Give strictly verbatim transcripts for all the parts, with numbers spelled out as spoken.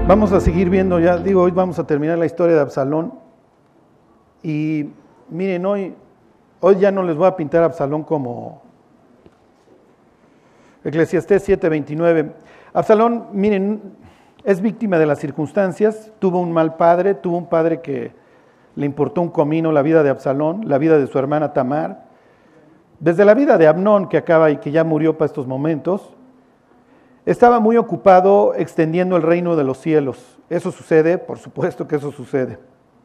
Vamos a seguir viendo, ya digo, hoy vamos a terminar la historia de Absalón. Y miren, hoy, hoy ya no les voy a pintar a Absalón como Eclesiastés siete veintinueve. Absalón, miren, es víctima de las circunstancias, tuvo un mal padre, tuvo un padre que le importó un comino la vida de Absalón, la vida de su hermana Tamar, desde la vida de Amnón, que acaba y que ya murió para estos momentos. Estaba muy ocupado extendiendo el reino de los cielos. Eso sucede, por supuesto que eso sucede.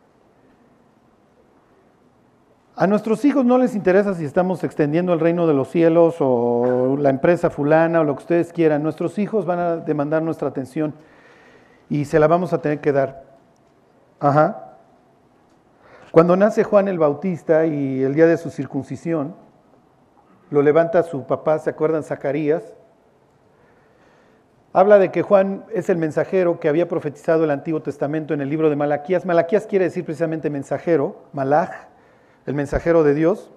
A nuestros hijos no les interesa si estamos extendiendo el reino de los cielos o la empresa fulana o lo que ustedes quieran. Nuestros hijos van a demandar nuestra atención y se la vamos a tener que dar. Ajá. Cuando nace Juan el Bautista y el día de su circuncisión, lo levanta su papá, ¿se acuerdan? Zacarías. Habla de que Juan es el mensajero que había profetizado el Antiguo Testamento en el libro de Malaquías. Malaquías quiere decir precisamente mensajero, Malach, el mensajero de Dios.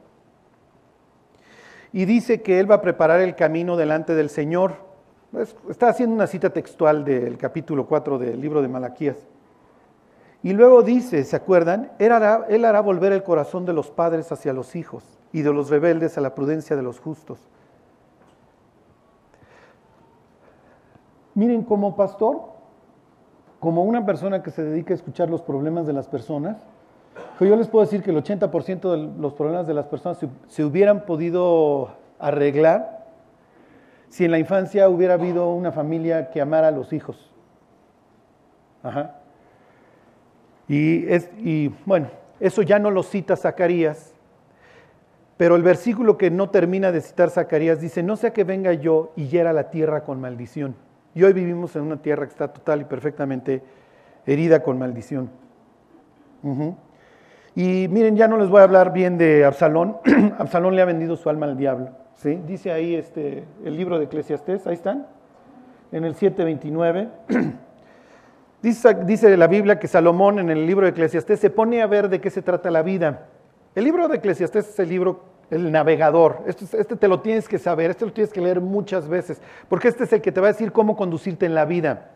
Y dice que él va a preparar el camino delante del Señor. Está haciendo una cita textual del capítulo cuatro del libro de Malaquías. Y luego dice, ¿se acuerdan? Él hará, él hará volver el corazón de los padres hacia los hijos y de los rebeldes a la prudencia de los justos. Miren, como pastor, como una persona que se dedica a escuchar los problemas de las personas, yo les puedo decir que el ochenta por ciento de los problemas de las personas se, se hubieran podido arreglar si en la infancia hubiera habido una familia que amara a los hijos. Ajá. Y, es, y bueno, eso ya no lo cita Zacarías, pero el versículo que no termina de citar Zacarías dice, no sea que venga yo y hiera la tierra con maldición. Y hoy vivimos en una tierra que está total y perfectamente herida con maldición. Uh-huh. Y miren, ya no les voy a hablar bien de Absalón. Absalón le ha vendido su alma al diablo. ¿Sí? Dice ahí este, el libro de Eclesiastés, ahí están, en el siete veintinueve. Dice, dice la Biblia que Salomón en el libro de Eclesiastés se pone a ver de qué se trata la vida. El libro de Eclesiastés es el libro, el navegador. Este, este te lo tienes que saber, este lo tienes que leer muchas veces, porque este es el que te va a decir cómo conducirte en la vida.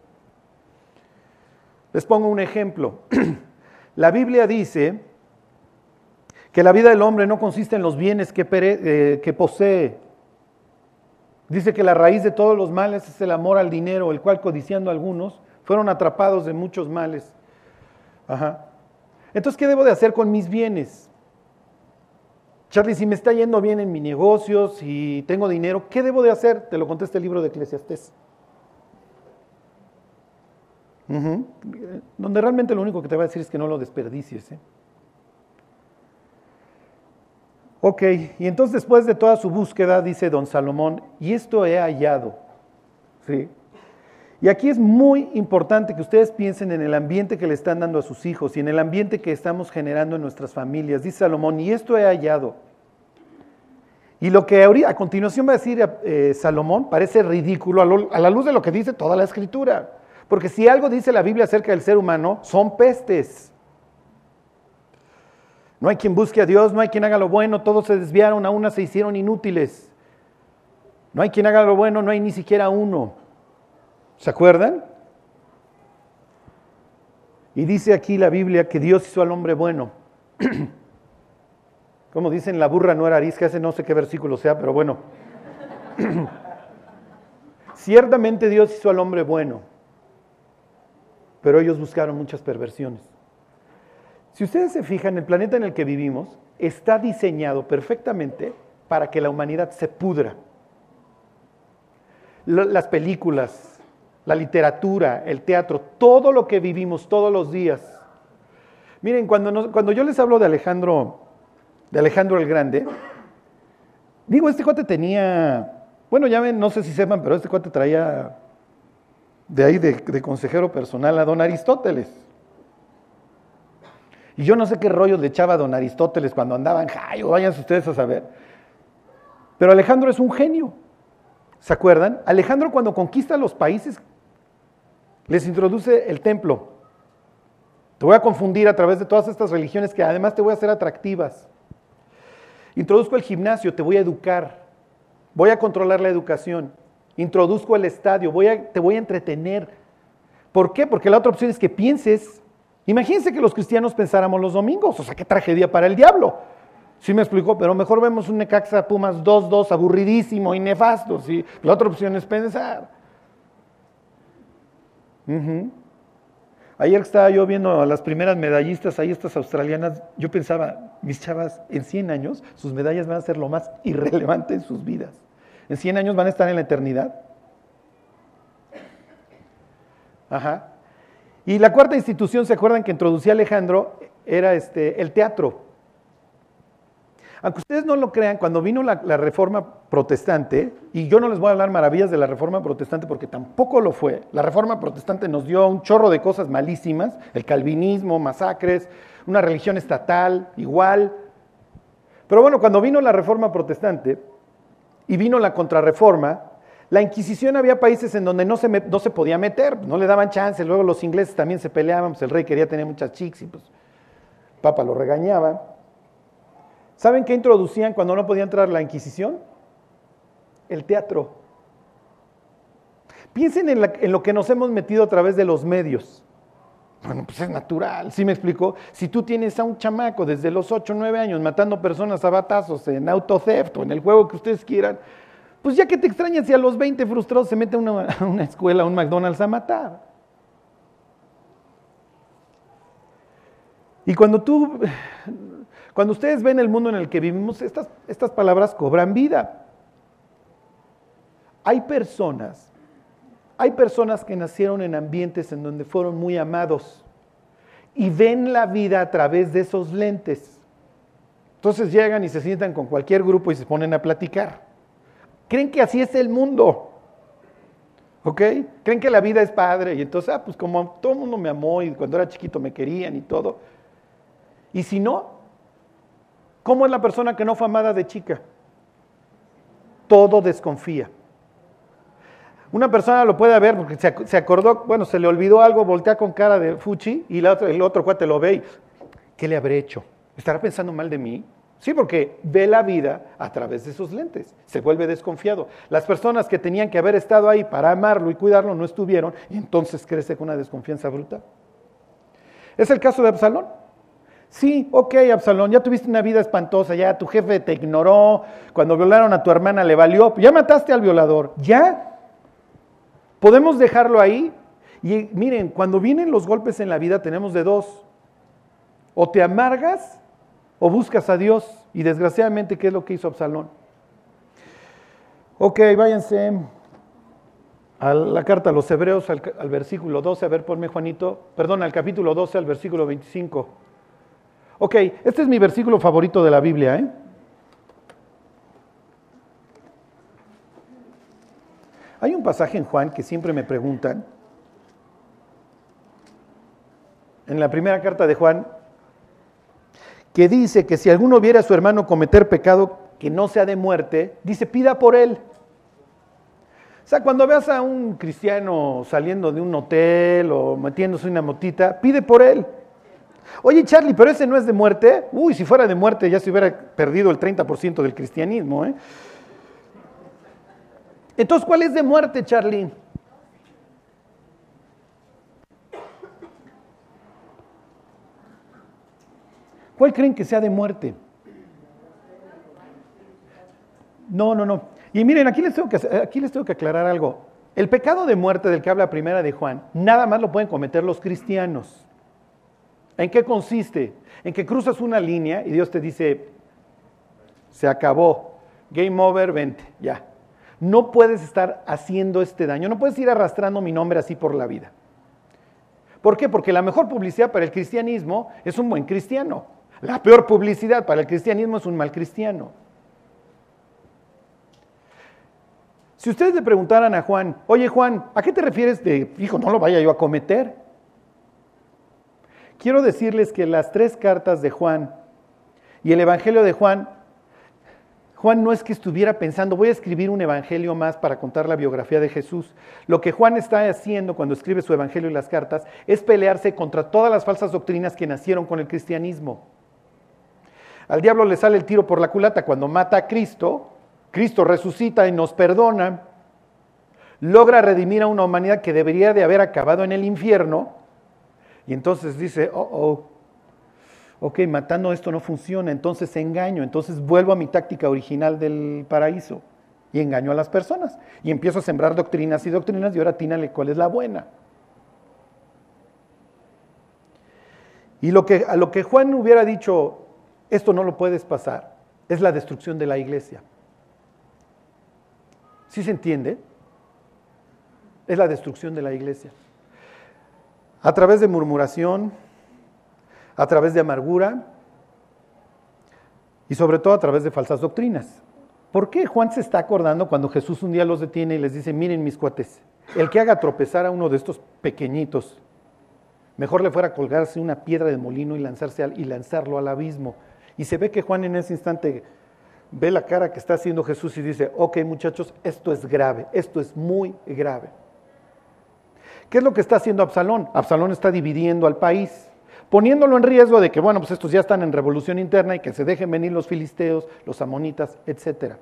Les pongo un ejemplo. La Biblia dice que la vida del hombre no consiste en los bienes que, pere, eh, que posee. Dice que la raíz de todos los males es el amor al dinero, el cual codiciando algunos fueron atrapados de muchos males. Ajá. Entonces, ¿qué debo de hacer con mis bienes? Charlie, si me está yendo bien en mi negocio, si tengo dinero, ¿qué debo de hacer? Te lo contesta el libro de Eclesiastés. Uh-huh. Donde realmente lo único que te va a decir es que no lo desperdicies. ¿eh? Ok, y entonces después de toda su búsqueda, dice don Salomón, y esto he hallado. ¿Sí? Y aquí es muy importante que ustedes piensen en el ambiente que le están dando a sus hijos y en el ambiente que estamos generando en nuestras familias. Dice Salomón, y esto he hallado. Y lo que a continuación va a decir eh, Salomón parece ridículo a, lo, a la luz de lo que dice toda la Escritura. Porque si algo dice la Biblia acerca del ser humano, son pestes. No hay quien busque a Dios, no hay quien haga lo bueno, todos se desviaron, a una se hicieron inútiles. No hay quien haga lo bueno, no hay ni siquiera uno. ¿Se acuerdan? Y dice aquí la Biblia que Dios hizo al hombre bueno. Como dicen, la burra no era arisca, ese no sé qué versículo sea, pero bueno. Ciertamente Dios hizo al hombre bueno, pero ellos buscaron muchas perversiones. Si ustedes se fijan, el planeta en el que vivimos está diseñado perfectamente para que la humanidad se pudra. Las películas, la literatura, el teatro, todo lo que vivimos todos los días. Miren, cuando, nos, cuando yo les hablo de Alejandro, de Alejandro el Grande, digo, este cuate tenía, bueno, ya ven, no sé si sepan, pero este cuate traía de ahí de, de consejero personal a don Aristóteles. Y yo no sé qué rollos le echaba a don Aristóteles cuando andaban, ¡ay! O váyanse ustedes a saber. Pero Alejandro es un genio. ¿Se acuerdan? Alejandro cuando conquista los países, les introduce el templo. Te voy a confundir a través de todas estas religiones que además te voy a hacer atractivas. Introduzco el gimnasio, te voy a educar. Voy a controlar la educación. Introduzco el estadio, voy a, te voy a entretener. ¿Por qué? Porque la otra opción es que pienses. Imagínense que los cristianos pensáramos los domingos, o sea, qué tragedia para el diablo. Sí me explicó, pero mejor vemos un Necaxa Pumas dos dos aburridísimo y nefasto, ¿sí? La otra opción es pensar. Uh-huh. Ayer que estaba yo viendo a las primeras medallistas, ahí estas australianas, yo pensaba, mis chavas, en cien años, sus medallas van a ser lo más irrelevante en sus vidas. En cien años van a estar en la eternidad. Ajá. Y la cuarta institución, ¿se acuerdan que introducía Alejandro? Era este, el teatro. Aunque ustedes no lo crean, cuando vino la, la Reforma Protestante, y yo no les voy a hablar maravillas de la Reforma Protestante porque tampoco lo fue, la Reforma Protestante nos dio un chorro de cosas malísimas, el calvinismo, masacres, una religión estatal, igual. Pero bueno, cuando vino la Reforma Protestante y vino la Contrarreforma, la Inquisición había países en donde no se, me, no se podía meter, no le daban chance, luego los ingleses también se peleaban, pues el rey quería tener muchas chicas y pues el Papa lo regañaba. ¿Saben qué introducían cuando no podía entrar la Inquisición? El teatro. Piensen en, la, en lo que nos hemos metido a través de los medios. Bueno, pues es natural, ¿sí me explico? Si tú tienes a un chamaco desde los ocho o nueve años matando personas a batazos en auto theft o en el juego que ustedes quieran, pues ya que te extrañan si a los veinte frustrados se mete a una, a una escuela, a un McDonald's a matar. Y cuando tú, cuando ustedes ven el mundo en el que vivimos, estas, estas palabras cobran vida. Hay personas, hay personas que nacieron en ambientes en donde fueron muy amados y ven la vida a través de esos lentes. Entonces llegan y se sientan con cualquier grupo y se ponen a platicar. Creen que así es el mundo, ¿ok? Creen que la vida es padre y entonces, ah, pues como todo el mundo me amó y cuando era chiquito me querían y todo. Y si no, ¿cómo es la persona que no fue amada de chica? Todo desconfía. Una persona lo puede ver porque se acordó, bueno, se le olvidó algo, voltea con cara de fuchi y la otra, el otro cuate lo ve y, ¿qué le habré hecho? ¿Estará pensando mal de mí? Sí, porque ve la vida a través de esos lentes, se vuelve desconfiado. Las personas que tenían que haber estado ahí para amarlo y cuidarlo no estuvieron, y entonces crece con una desconfianza brutal. ¿Es el caso de Absalón? Sí, ok, Absalón, ya tuviste una vida espantosa, ya tu jefe te ignoró, cuando violaron a tu hermana le valió, ya mataste al violador, ¿ya? ¿Podemos dejarlo ahí? Y miren, cuando vienen los golpes en la vida tenemos de dos, o te amargas o buscas a Dios, y desgraciadamente, ¿qué es lo que hizo Absalón? Ok, váyanse a la carta a los Hebreos, al, al versículo doce, a ver, ponme Juanito, perdón, al capítulo doce, al versículo veinticinco. Ok, este es mi versículo favorito de la Biblia, ¿eh? Hay un pasaje en Juan que siempre me preguntan, en la primera carta de Juan, que dice que si alguno viera a su hermano cometer pecado que no sea de muerte, dice, pida por él. O sea, cuando veas a un cristiano saliendo de un hotel o metiéndose una motita, pide por él. Oye, Charlie, pero ese no es de muerte. Uy, si fuera de muerte ya se hubiera perdido el treinta por ciento del cristianismo, ¿eh? Entonces, ¿cuál es de muerte, Charlie? ¿Cuál creen que sea de muerte? No, no, no. Y miren, aquí les tengo que, aquí les tengo que aclarar algo. El pecado de muerte del que habla primera de Juan, nada más lo pueden cometer los cristianos. ¿En qué consiste? En que cruzas una línea y Dios te dice, se acabó, game over, vente, ya. No puedes estar haciendo este daño, no puedes ir arrastrando mi nombre así por la vida. ¿Por qué? Porque la mejor publicidad para el cristianismo es un buen cristiano. La peor publicidad para el cristianismo es un mal cristiano. Si ustedes le preguntaran a Juan, oye Juan, ¿a qué te refieres de, hijo, no lo vaya yo a cometer? Quiero decirles que las tres cartas de Juan y el Evangelio de Juan, Juan no es que estuviera pensando, voy a escribir un evangelio más para contar la biografía de Jesús. Lo que Juan está haciendo cuando escribe su evangelio y las cartas es pelearse contra todas las falsas doctrinas que nacieron con el cristianismo. Al diablo le sale el tiro por la culata cuando mata a Cristo, Cristo resucita y nos perdona. logra redimir a una humanidad que debería de haber acabado en el infierno, y entonces dice, oh, oh, ok, matando esto no funciona, entonces engaño, entonces vuelvo a mi táctica original del paraíso, y engaño a las personas, y empiezo a sembrar doctrinas y doctrinas, y ahora atínale cuál es la buena. Y lo que, a lo que Juan hubiera dicho, esto no lo puedes pasar, es la destrucción de la iglesia. ¿Sí se entiende? Es la destrucción de la iglesia. A través de murmuración, a través de amargura y sobre todo a través de falsas doctrinas. ¿Por qué Juan se está acordando cuando Jesús un día los detiene y les dice, miren mis cuates, el que haga tropezar a uno de estos pequeñitos, mejor le fuera a colgarse una piedra de molino y, lanzarse al, y lanzarlo al abismo? Y se ve que Juan en ese instante ve la cara que está haciendo Jesús y dice, ok muchachos, esto es grave, esto es muy grave. ¿Qué es lo que está haciendo Absalón? Absalón está dividiendo al país, poniéndolo en riesgo de que, bueno, pues estos ya están en revolución interna y que se dejen venir los filisteos, los amonitas, etcétera.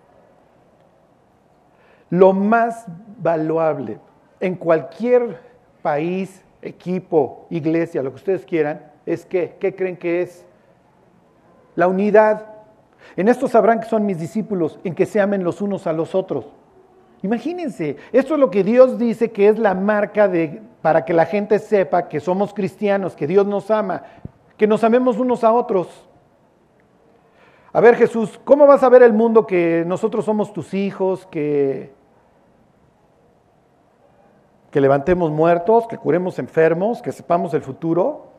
Lo más valuable en cualquier país, equipo, iglesia, lo que ustedes quieran, es que, ¿qué creen que es? La unidad. En esto sabrán que son mis discípulos, en que se amen los unos a los otros. Imagínense, esto es lo que Dios dice que es la marca de, para que la gente sepa que somos cristianos, que Dios nos ama, que nos amemos unos a otros. A ver Jesús, ¿cómo vas a ver el mundo que nosotros somos tus hijos, que, que levantemos muertos, que curemos enfermos, que sepamos el futuro?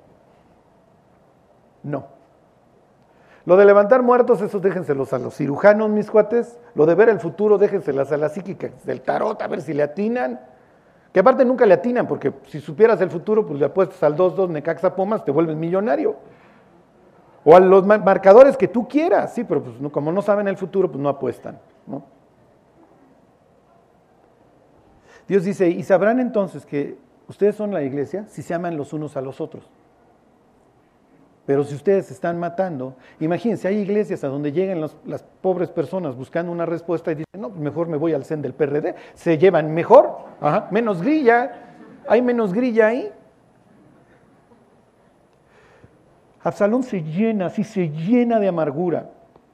No. Lo de levantar muertos, eso déjenselos a los cirujanos, mis cuates. Lo de ver el futuro, déjenselas a las psíquicas del tarot, a ver si le atinan. Que aparte nunca le atinan, porque si supieras el futuro, pues le apuestas al dos dos Necaxa Pumas, te vuelves millonario. O a los marcadores que tú quieras, sí, pero pues no, como no saben el futuro, pues no apuestan, ¿no? Dios dice, y sabrán entonces que ustedes son la iglesia si se aman los unos a los otros. Pero si ustedes se están matando, imagínense, hay iglesias a donde llegan los, las pobres personas buscando una respuesta y dicen, no, mejor me voy al C E N del P R D, se llevan mejor, ajá, menos grilla, hay menos grilla ahí. Absalón se llena, sí, se llena de amargura.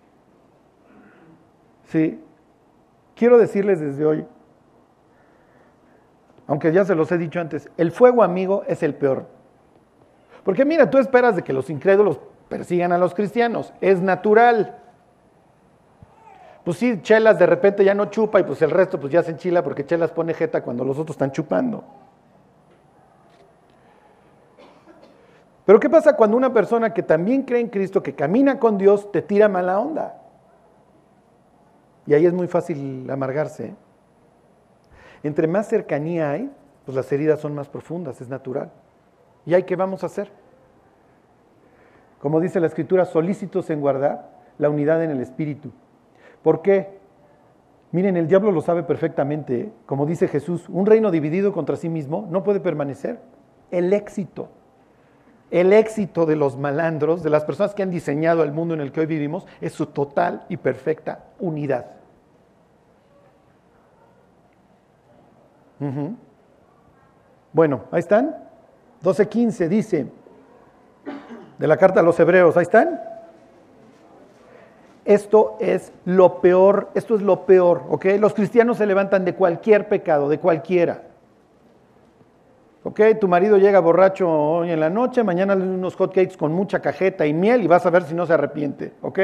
Sí, quiero decirles desde hoy, aunque ya se los he dicho antes, el fuego amigo es el peor. Porque mira, tú esperas de que los incrédulos persigan a los cristianos, es natural. Pues sí, Chelas de repente ya no chupa y pues el resto pues ya se enchila porque Chelas pone jeta cuando los otros están chupando. Pero ¿qué pasa cuando una persona que también cree en Cristo, que camina con Dios, te tira mala onda? Y ahí es muy fácil amargarse. Entre más cercanía hay, pues las heridas son más profundas, es natural. ¿Y ahí qué vamos a hacer? Como dice la Escritura, solícitos en guardar la unidad en el Espíritu. ¿Por qué? Miren, el diablo lo sabe perfectamente, ¿eh? Como dice Jesús, un reino dividido contra sí mismo no puede permanecer. El éxito, el éxito de los malandros, de las personas que han diseñado el mundo en el que hoy vivimos, es su total y perfecta unidad. Uh-huh. Bueno, ahí están. doce quince dice, de la carta a los hebreos, ahí están. Esto es lo peor, esto es lo peor, ¿ok? Los cristianos se levantan de cualquier pecado, de cualquiera. ¿Ok? Tu marido llega borracho hoy en la noche, mañana le dan unos hotcakes con mucha cajeta y miel y vas a ver si no se arrepiente, ¿ok?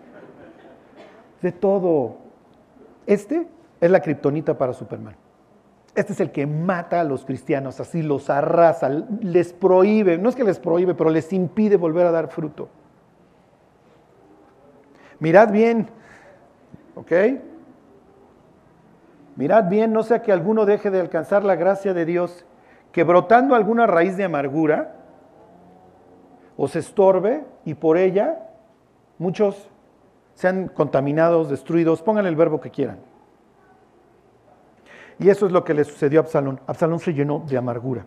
De todo. Este es la kriptonita para Superman. Este es el que mata a los cristianos, así los arrasa, les prohíbe, no es que les prohíbe, pero les impide volver a dar fruto. Mirad bien, ¿ok? Mirad bien, no sea que alguno deje de alcanzar la gracia de Dios, que brotando alguna raíz de amargura, os estorbe y por ella muchos sean contaminados, destruidos, pongan el verbo que quieran. Y eso es lo que le sucedió a Absalón. Absalón se llenó de amargura.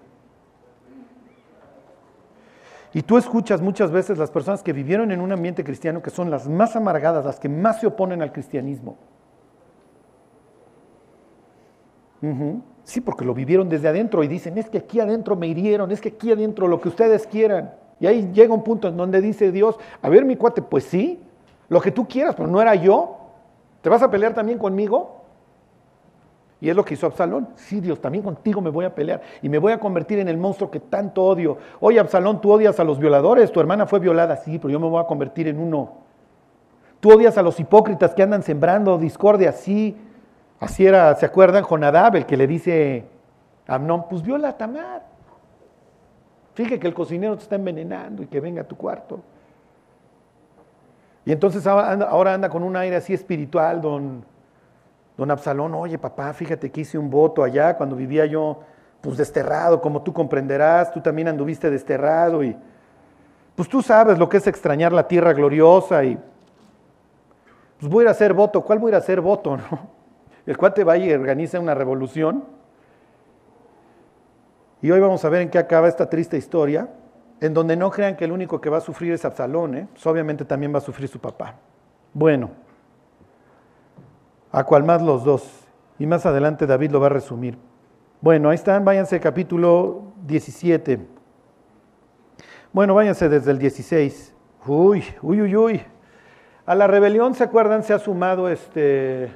Y tú escuchas muchas veces las personas que vivieron en un ambiente cristiano que son las más amargadas, las que más se oponen al cristianismo. Uh-huh. Sí, porque lo vivieron desde adentro y dicen, es que aquí adentro me hirieron, es que aquí adentro lo que ustedes quieran. Y ahí llega un punto en donde dice Dios, a ver mi cuate, pues sí, lo que tú quieras, pero no era yo. ¿Te vas a pelear también conmigo? Y es lo que hizo Absalón. Sí, Dios, también contigo me voy a pelear y me voy a convertir en el monstruo que tanto odio. Oye, Absalón, tú odias a los violadores, tu hermana fue violada, sí, pero yo me voy a convertir en uno. Tú odias a los hipócritas que andan sembrando discordia, sí. Así era, ¿se acuerdan? Jonadab, el que le dice a Amnón, pues viola a Tamar. Fíjate que el cocinero te está envenenando y que venga a tu cuarto. Y entonces ahora anda, ahora anda con un aire así espiritual, don... Don Absalón, oye papá, fíjate que hice un voto allá cuando vivía yo, pues desterrado, como tú comprenderás, tú también anduviste desterrado y pues tú sabes lo que es extrañar la tierra gloriosa y pues voy a ir a hacer voto. ¿Cuál voy a ir a hacer voto? ¿No? El cuate va y organiza una revolución y hoy vamos a ver en qué acaba esta triste historia, en donde no crean que el único que va a sufrir es Absalón, ¿eh? Pues obviamente también va a sufrir su papá. Bueno. A cual más los dos. Y más adelante David lo va a resumir. Bueno, ahí están, váyanse capítulo diecisiete. Bueno, váyanse desde el dieciséis. Uy, uy, uy, uy. A la rebelión, ¿se acuerdan? Se ha sumado este...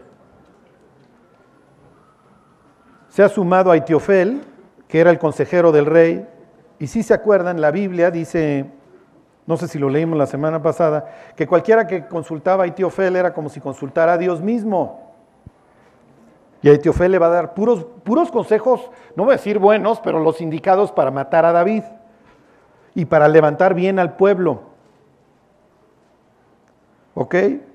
Se ha sumado a Aitiofel, que era el consejero del rey. Y si se acuerdan, la Biblia dice, no sé si lo leímos la semana pasada, que cualquiera que consultaba a Aitiofel era como si consultara a Dios mismo. Y Aitiofel le va a dar puros, puros consejos, no voy a decir buenos, pero los indicados para matar a David y para levantar bien al pueblo. ¿Ok?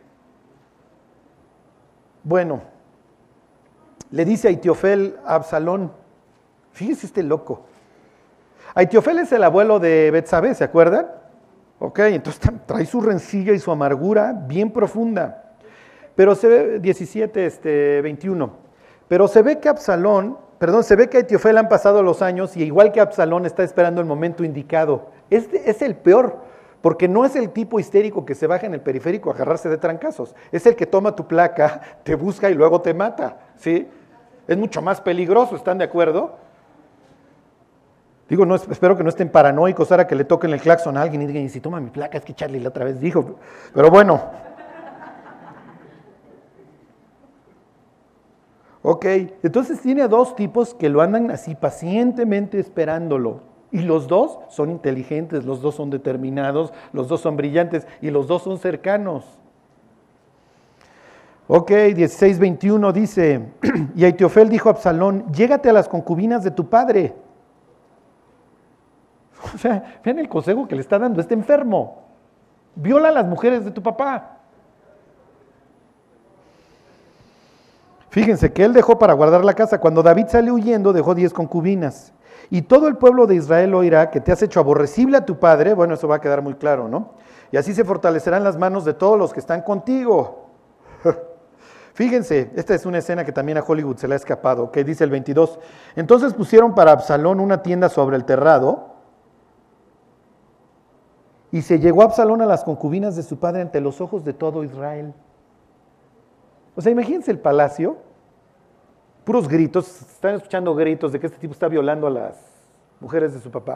Bueno, le dice Aitiofel a Absalón, fíjese este loco. Aitiofel es el abuelo de Betsabé, ¿se acuerdan? Ok, entonces trae su rencilla y su amargura bien profunda. Pero se ve, diecisiete, este, veintiuno. Pero se ve que Absalón, perdón, se ve que a Aitiofel han pasado los años y igual que Absalón está esperando el momento indicado. Este es el peor, porque no es el tipo histérico que se baja en el periférico a agarrarse de trancazos. Es el que toma tu placa, te busca y luego te mata, ¿sí? Es mucho más peligroso, ¿están de acuerdo? Digo, no, espero que no estén paranoicos ahora que le toquen el claxon a alguien y digan, y si toma mi placa, es que Charlie la otra vez dijo. Pero bueno. Ok, entonces tiene dos tipos que lo andan así pacientemente esperándolo. Y los dos son inteligentes, los dos son determinados, los dos son brillantes y los dos son cercanos. Ok, dieciséis veintiuno dice, y Aitiofel dijo a Absalón, llégate a las concubinas de tu padre. O sea, vean el consejo que le está dando este enfermo. Viola a las mujeres de tu papá. Fíjense que él dejó para guardar la casa. Cuando David sale huyendo, dejó diez concubinas. Y todo el pueblo de Israel oirá que te has hecho aborrecible a tu padre. Bueno, eso va a quedar muy claro, ¿no? Y así se fortalecerán las manos de todos los que están contigo. Fíjense, esta es una escena que también a Hollywood se le ha escapado, que dice el veintidós. Entonces pusieron para Absalón una tienda sobre el terrado, y se llegó Absalón a las concubinas de su padre ante los ojos de todo Israel. O sea, imagínense el palacio, puros gritos, están escuchando gritos de que este tipo está violando a las mujeres de su papá,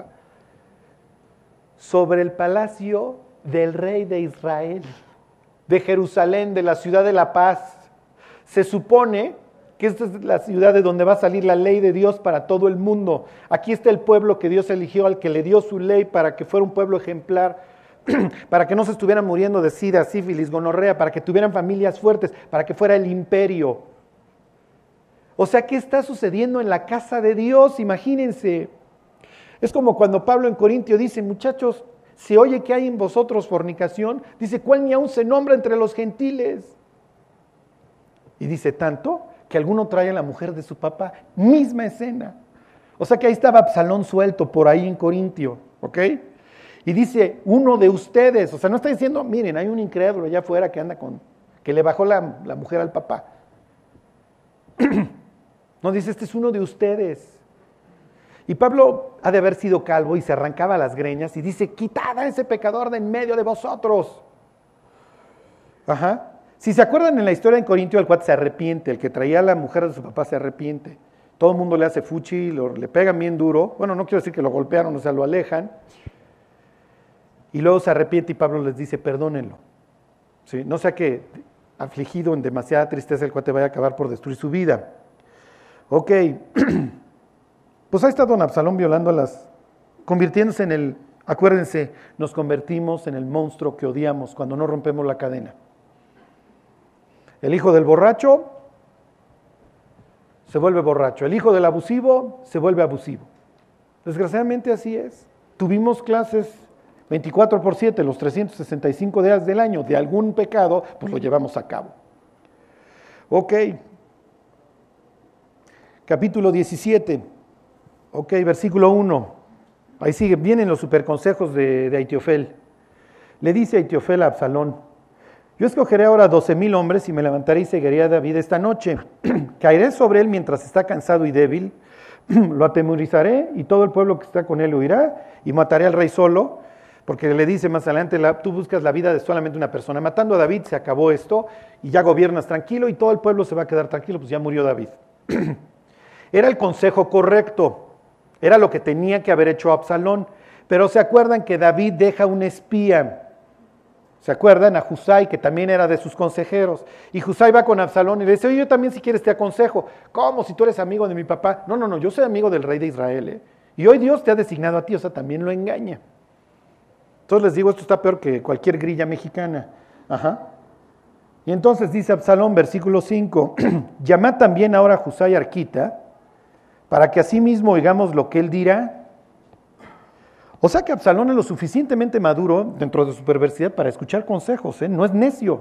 sobre el palacio del rey de Israel, de Jerusalén, de la ciudad de la paz. Se supone que esta es la ciudad de donde va a salir la ley de Dios para todo el mundo. Aquí está el pueblo que Dios eligió, al que le dio su ley para que fuera un pueblo ejemplar, para que no se estuvieran muriendo de sida, sífilis, gonorrea, para que tuvieran familias fuertes, para que fuera el imperio. O sea, ¿qué está sucediendo en la casa de Dios? Imagínense. Es como cuando Pablo en Corintio dice, muchachos, se oye que hay en vosotros fornicación, dice, ¿cuál ni aún se nombra entre los gentiles? Y dice tanto que alguno trae a la mujer de su papá, misma escena. O sea que ahí estaba Absalón suelto por ahí en Corintio, ¿ok? Y dice, uno de ustedes, o sea, no está diciendo, miren, hay un incrédulo allá afuera que anda con, que le bajó la, la mujer al papá. No, dice, este es uno de ustedes. Y Pablo ha de haber sido calvo y se arrancaba las greñas y dice, quitad a ese pecador de en medio de vosotros. Ajá. Si se acuerdan en la historia en Corintio, el cuate se arrepiente, el que traía a la mujer de su papá se arrepiente. todo el mundo le hace fuchi, lo, le pegan bien duro, bueno, no quiero decir que lo golpearon, o sea, lo alejan, y luego se arrepiente y Pablo les dice, perdónenlo, ¿sí? No sea que afligido en demasiada tristeza el cuate vaya a acabar por destruir su vida. Ok, pues ahí está don Absalón violando a las, convirtiéndose en el, acuérdense, nos convertimos en el monstruo que odiamos cuando no rompemos la cadena. El hijo del borracho se vuelve borracho, el hijo del abusivo se vuelve abusivo. Desgraciadamente así es. Tuvimos clases veinticuatro por siete, los trescientos sesenta y cinco días del año, de algún pecado, pues lo llevamos a cabo. Ok. Capítulo diecisiete. Ok, versículo uno. Ahí sigue, vienen los superconsejos de, de Aitiofel. Le dice Aitiofel a Absalón, yo escogeré ahora doce mil hombres y me levantaré y seguiré a David esta noche. Caeré sobre él mientras está cansado y débil, lo atemorizaré y todo el pueblo que está con él huirá y mataré al rey solo, porque le dice más adelante, la, tú buscas la vida de solamente una persona. Matando a David se acabó esto y ya gobiernas tranquilo y todo el pueblo se va a quedar tranquilo, pues ya murió David. Era el consejo correcto, era lo que tenía que haber hecho Absalón, pero se acuerdan que David deja un espía. ¿Se acuerdan? A Husai, que también era de sus consejeros. Y Husai va con Absalón y le dice, oye, yo también si quieres te aconsejo. ¿Cómo? Si tú eres amigo de mi papá. No, no, no, yo soy amigo del rey de Israel. ¿eh? Y hoy Dios te ha designado a ti, o sea, también lo engaña. Entonces les digo, esto está peor que cualquier grilla mexicana. Ajá. Y entonces dice Absalón, versículo cinco, llamad también ahora a Husai Arquita, para que así mismo oigamos lo que él dirá. O sea que Absalón es lo suficientemente maduro dentro de su perversidad para escuchar consejos, ¿eh? No es necio.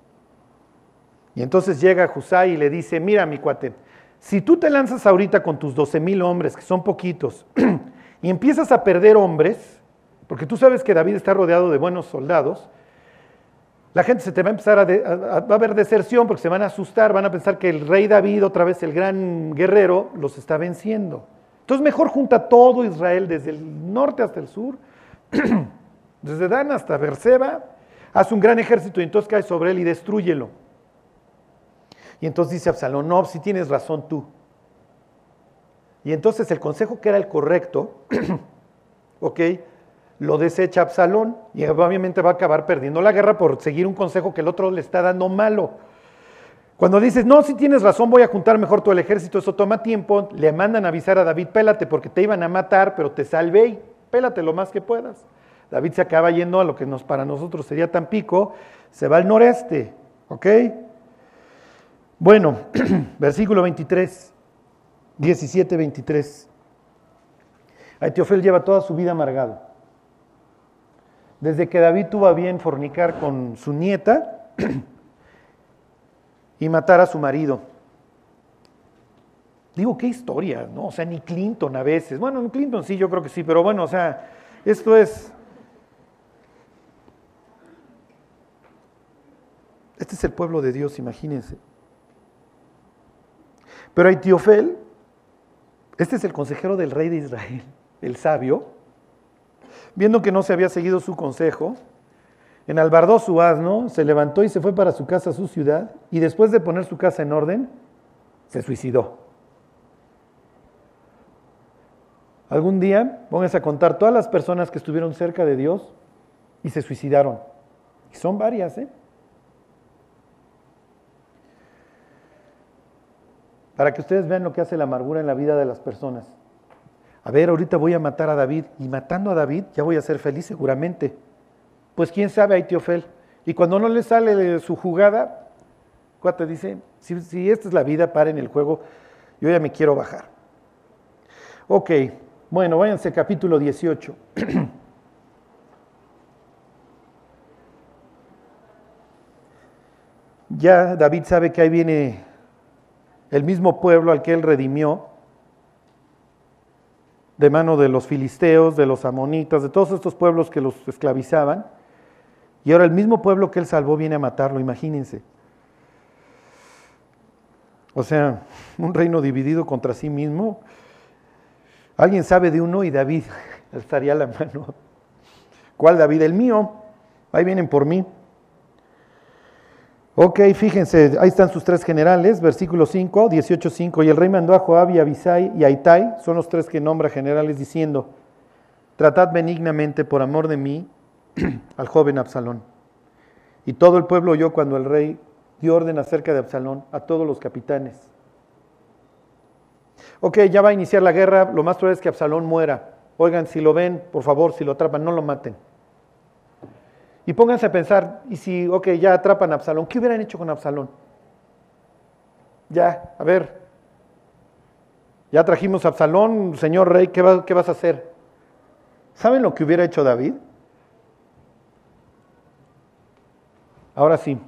Y entonces llega Husai y le dice, mira mi cuate, si tú te lanzas ahorita con tus doce mil hombres, que son poquitos, y empiezas a perder hombres, porque tú sabes que David está rodeado de buenos soldados, la gente se te va a empezar a, de, a, a, va a haber deserción porque se van a asustar, van a pensar que el rey David, otra vez el gran guerrero, los está venciendo. Entonces mejor junta todo Israel, desde el norte hasta el sur, desde Dan hasta Beerseba, hace un gran ejército y entonces cae sobre él y destrúyelo. Y entonces dice Absalón, no, si tienes razón tú. Y entonces el consejo que era el correcto, ok, lo desecha Absalón y obviamente va a acabar perdiendo la guerra por seguir un consejo que el otro le está dando malo. Cuando dices, no, si tienes razón, voy a juntar mejor todo el ejército, eso toma tiempo, le mandan a avisar a David, pélate porque te iban a matar, pero te salvé, pélate lo más que puedas. David se acaba yendo a lo que nos, para nosotros sería Tampico, se va al noreste, ¿ok? Bueno, versículo veintitrés, diecisiete, veintitrés. Aitiofel lleva toda su vida amargado. Desde que David tuvo a bien fornicar con su nieta, y matar a su marido. Digo, qué historia, ¿no? O sea, ni Clinton a veces. Bueno, Clinton sí, yo creo que sí, pero bueno, o sea, esto es... Este es el pueblo de Dios, imagínense. Pero Aitiofel, este es el consejero del rey de Israel, el sabio, viendo que no se había seguido su consejo, enalbardó su asno, se levantó y se fue para su casa, su ciudad, y después de poner su casa en orden, se suicidó. Algún día, pónganse a contar todas las personas que estuvieron cerca de Dios y se suicidaron. Y son varias, ¿eh? Para que ustedes vean lo que hace la amargura en la vida de las personas. A ver, ahorita voy a matar a David, y matando a David ya voy a ser feliz seguramente. Pues quién sabe, Aitiofel. Y cuando no le sale de su jugada, cuate dice, si, si esta es la vida, paren el juego, yo ya me quiero bajar. Ok, bueno, váyanse al capítulo dieciocho. Ya David sabe que ahí viene el mismo pueblo al que él redimió, de mano de los filisteos, de los amonitas, de todos estos pueblos que los esclavizaban. Y ahora el mismo pueblo que él salvó viene a matarlo, imagínense. O sea, un reino dividido contra sí mismo. Alguien sabe de uno y David alzaría la mano. ¿Cuál David? El mío. Ahí vienen por mí. Ok, fíjense, ahí están sus tres generales, versículo cinco, dieciocho cinco. Y el rey mandó a Joab y a Abisai y a Itai, son los tres que nombra generales, diciendo: tratad benignamente por amor de mí al joven Absalón. Y todo el pueblo oyó cuando el rey dio orden acerca de Absalón a todos los capitanes. Ok, ya va a iniciar la guerra, lo más probable es que Absalón muera. Oigan, si lo ven, por favor, si lo atrapan, no lo maten. Y pónganse a pensar, y si, ok, ya atrapan a Absalón, ¿qué hubieran hecho con Absalón? Ya, a ver, ya trajimos a Absalón, señor rey, ¿qué, va, qué vas a hacer? ¿Saben lo que hubiera hecho David? Ahora sí.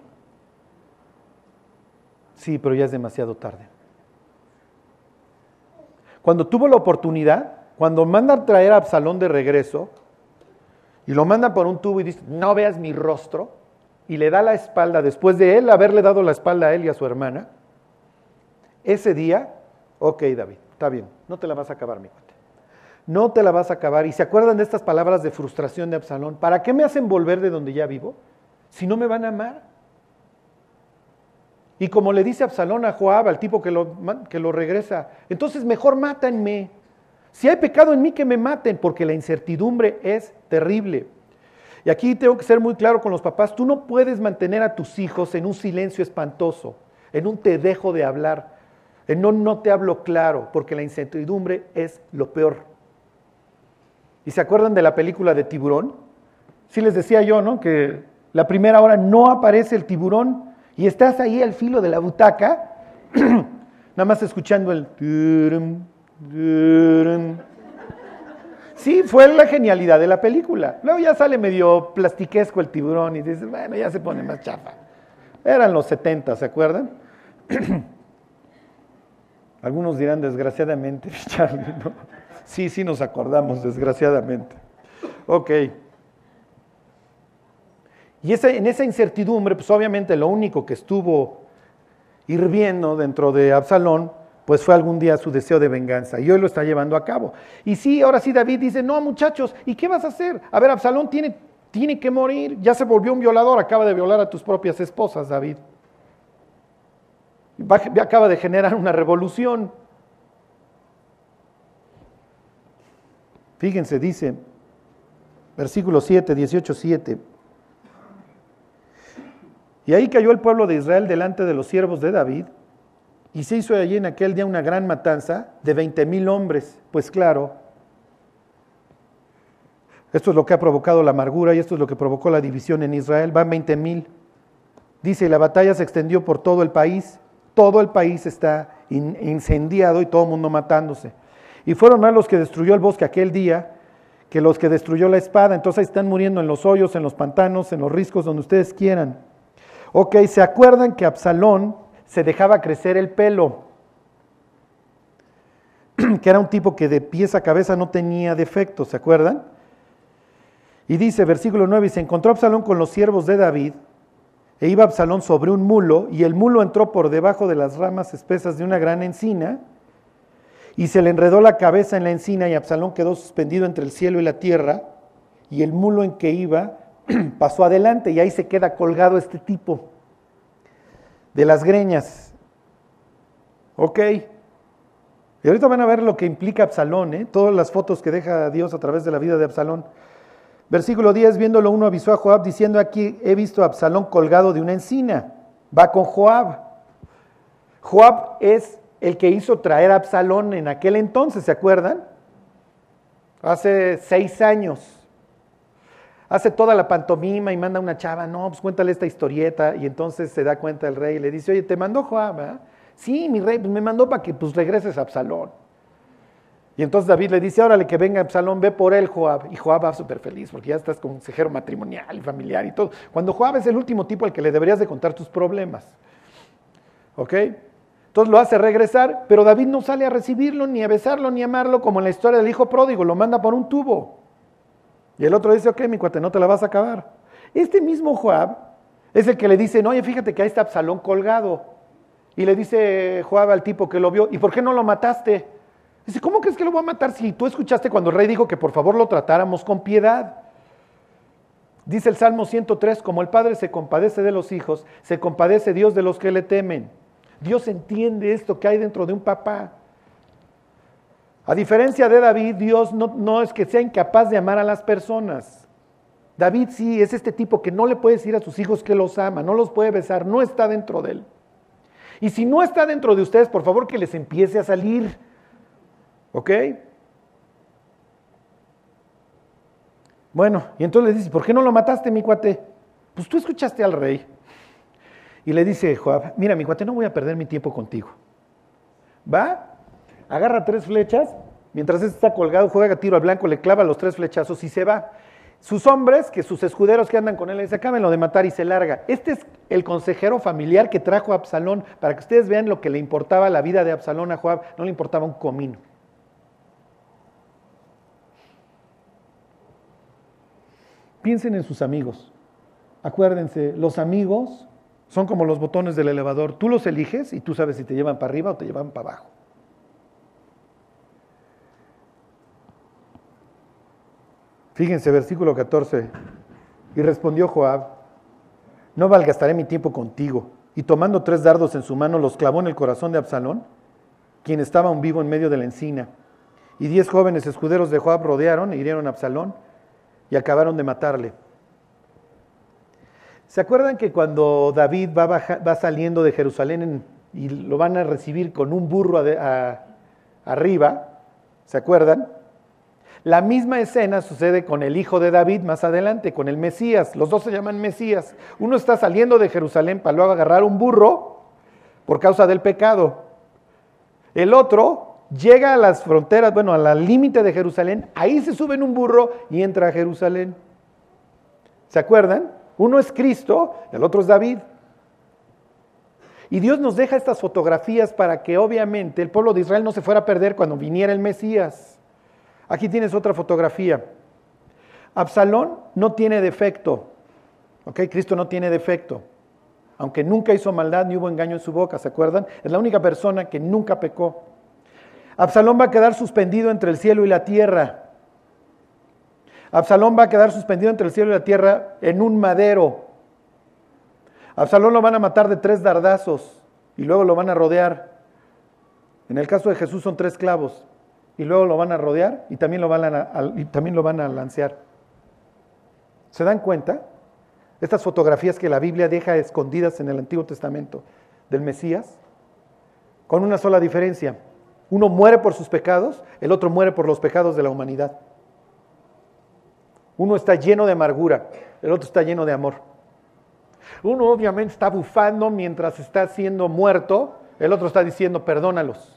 Sí, pero ya es demasiado tarde. Cuando tuvo la oportunidad, cuando mandan traer a Absalón de regreso, y lo mandan por un tubo y dice, no veas mi rostro, y le da la espalda, después de él haberle dado la espalda a él y a su hermana, ese día, ok David, está bien, no te la vas a acabar mi cuate, no te la vas a acabar. Y se acuerdan de estas palabras de frustración de Absalón, ¿para qué me hacen volver de donde ya vivo? Si no me van a amar. Y como le dice Absalón a Joab, al tipo que lo, que lo regresa, entonces mejor mátanme. Si hay pecado en mí, que me maten, porque la incertidumbre es terrible. Y aquí tengo que ser muy claro con los papás, tú no puedes mantener a tus hijos en un silencio espantoso, en un te dejo de hablar, en no, no te hablo claro, porque la incertidumbre es lo peor. ¿Y se acuerdan de la película de Tiburón? Sí les decía yo, ¿no? Que la primera hora no aparece el tiburón y estás ahí al filo de la butaca, nada más escuchando el... Sí, fue la genialidad de la película. Luego ya sale medio plastiquesco el tiburón y dices, bueno, ya se pone más chafa. Eran los setenta, ¿se acuerdan? Algunos dirán desgraciadamente, Charlie, ¿no? Sí, sí nos acordamos, desgraciadamente. Ok. Y esa, en esa incertidumbre, pues obviamente lo único que estuvo hirviendo dentro de Absalón, pues fue algún día su deseo de venganza, y hoy lo está llevando a cabo. Y sí, ahora sí David dice, no muchachos, ¿y qué vas a hacer? A ver, Absalón tiene, tiene que morir, ya se volvió un violador, acaba de violar a tus propias esposas, David. Va, acaba de generar una revolución. Fíjense, dice, versículo siete, dieciocho siete. Y ahí cayó el pueblo de Israel delante de los siervos de David, y se hizo allí en aquel día una gran matanza de veinte mil hombres. Pues claro, esto es lo que ha provocado la amargura y esto es lo que provocó la división en Israel. Van veinte mil. Dice, y la batalla se extendió por todo el país. Todo el país está in- incendiado y todo el mundo matándose. Y fueron más los que destruyó el bosque aquel día que los que destruyó la espada. Entonces ahí están muriendo en los hoyos, en los pantanos, en los riscos, donde ustedes quieran. Ok, ¿se acuerdan que Absalón se dejaba crecer el pelo? Que era un tipo que de pies a cabeza no tenía defectos, ¿se acuerdan? Y dice, versículo nueve, y se encontró Absalón con los siervos de David, e iba Absalón sobre un mulo, y el mulo entró por debajo de las ramas espesas de una gran encina, y se le enredó la cabeza en la encina, y Absalón quedó suspendido entre el cielo y la tierra, y el mulo en que iba pasó adelante, y ahí se queda colgado este tipo de las greñas. Ok. Y ahorita van a ver lo que implica Absalón, ¿eh? Todas las fotos que deja Dios a través de la vida de Absalón. Versículo diez, viéndolo uno avisó a Joab diciendo, aquí he visto a Absalón colgado de una encina. Va con Joab. Joab es el que hizo traer a Absalón en aquel entonces, ¿se acuerdan? Hace seis años. Hace toda la pantomima y manda una chava, no, pues cuéntale esta historieta, y entonces se da cuenta el rey y le dice, oye, ¿te mandó Joab? ¿Eh? Sí, mi rey, pues me mandó para que pues regreses a Absalón. Y entonces David le dice, órale, que venga Absalón, ve por él, Joab. Y Joab va súper feliz, porque ya estás consejero matrimonial y familiar y todo. Cuando Joab es el último tipo al que le deberías de contar tus problemas. ¿Ok? Entonces lo hace regresar, pero David no sale a recibirlo, ni a besarlo, ni a amarlo, como en la historia del hijo pródigo, lo manda por un tubo. Y el otro dice, ok, mi cuate, no te la vas a acabar. Este mismo Joab es el que le dice, no, oye, fíjate que ahí está Absalón colgado. Y le dice Joab al tipo que lo vio, ¿y por qué no lo mataste? Dice, ¿cómo crees que lo voy a matar si tú escuchaste cuando el rey dijo que por favor lo tratáramos con piedad? Dice el Salmo ciento tres, como el Padre se compadece de los hijos, se compadece Dios de los que le temen. Dios entiende esto que hay dentro de un papá. A diferencia de David, Dios no, no es que sea incapaz de amar a las personas. David sí es este tipo que no le puede decir a sus hijos que los ama, no los puede besar, no está dentro de él. Y si no está dentro de ustedes, por favor que les empiece a salir. ¿Ok? Bueno, y entonces le dice, ¿por qué no lo mataste, mi cuate? Pues tú escuchaste al rey. Y le dice Joab, mira, mi cuate, no voy a perder mi tiempo contigo. Va, agarra tres flechas, mientras este está colgado, juega tiro al blanco, le clava los tres flechazos y se va. Sus hombres, que sus escuderos que andan con él, le dicen, acábenlo de matar y se larga. Este es el consejero familiar que trajo a Absalón, para que ustedes vean lo que le importaba la vida de Absalón a Joab, no le importaba un comino. Piensen en sus amigos. Acuérdense, los amigos son como los botones del elevador. Tú los eliges y tú sabes si te llevan para arriba o te llevan para abajo. Fíjense, versículo catorce. Y respondió Joab, no malgastaré mi tiempo contigo. Y tomando tres dardos en su mano, los clavó en el corazón de Absalón, quien estaba aún vivo en medio de la encina. Y diez jóvenes escuderos de Joab rodearon e hirieron a Absalón y acabaron de matarle. ¿Se acuerdan que cuando David va, baja, va saliendo de Jerusalén en, y lo van a recibir con un burro a, a, arriba? ¿Se acuerdan? La misma escena sucede con el hijo de David más adelante, con el Mesías. Los dos se llaman Mesías. Uno está saliendo de Jerusalén para luego agarrar un burro por causa del pecado. El otro llega a las fronteras, bueno, al límite de Jerusalén, ahí se sube en un burro y entra a Jerusalén. ¿Se acuerdan? Uno es Cristo, el otro es David. Y Dios nos deja estas fotografías para que obviamente el pueblo de Israel no se fuera a perder cuando viniera el Mesías. Aquí tienes otra fotografía. Absalón no tiene defecto. ¿Ok? Cristo no tiene defecto. Aunque nunca hizo maldad ni hubo engaño en su boca, ¿se acuerdan? Es la única persona que nunca pecó. Absalón va a quedar suspendido entre el cielo y la tierra. Absalón va a quedar suspendido entre el cielo y la tierra en un madero. Absalón lo van a matar de tres dardazos y luego lo van a rodear. En el caso de Jesús son tres clavos y luego lo van a rodear y también lo van a, y también lo van a lancear. ¿Se dan cuenta? Estas fotografías que la Biblia deja escondidas en el Antiguo Testamento del Mesías, con una sola diferencia. Uno muere por sus pecados, el otro muere por los pecados de la humanidad. Uno está lleno de amargura, el otro está lleno de amor. Uno obviamente está bufando mientras está siendo muerto, el otro está diciendo perdónalos.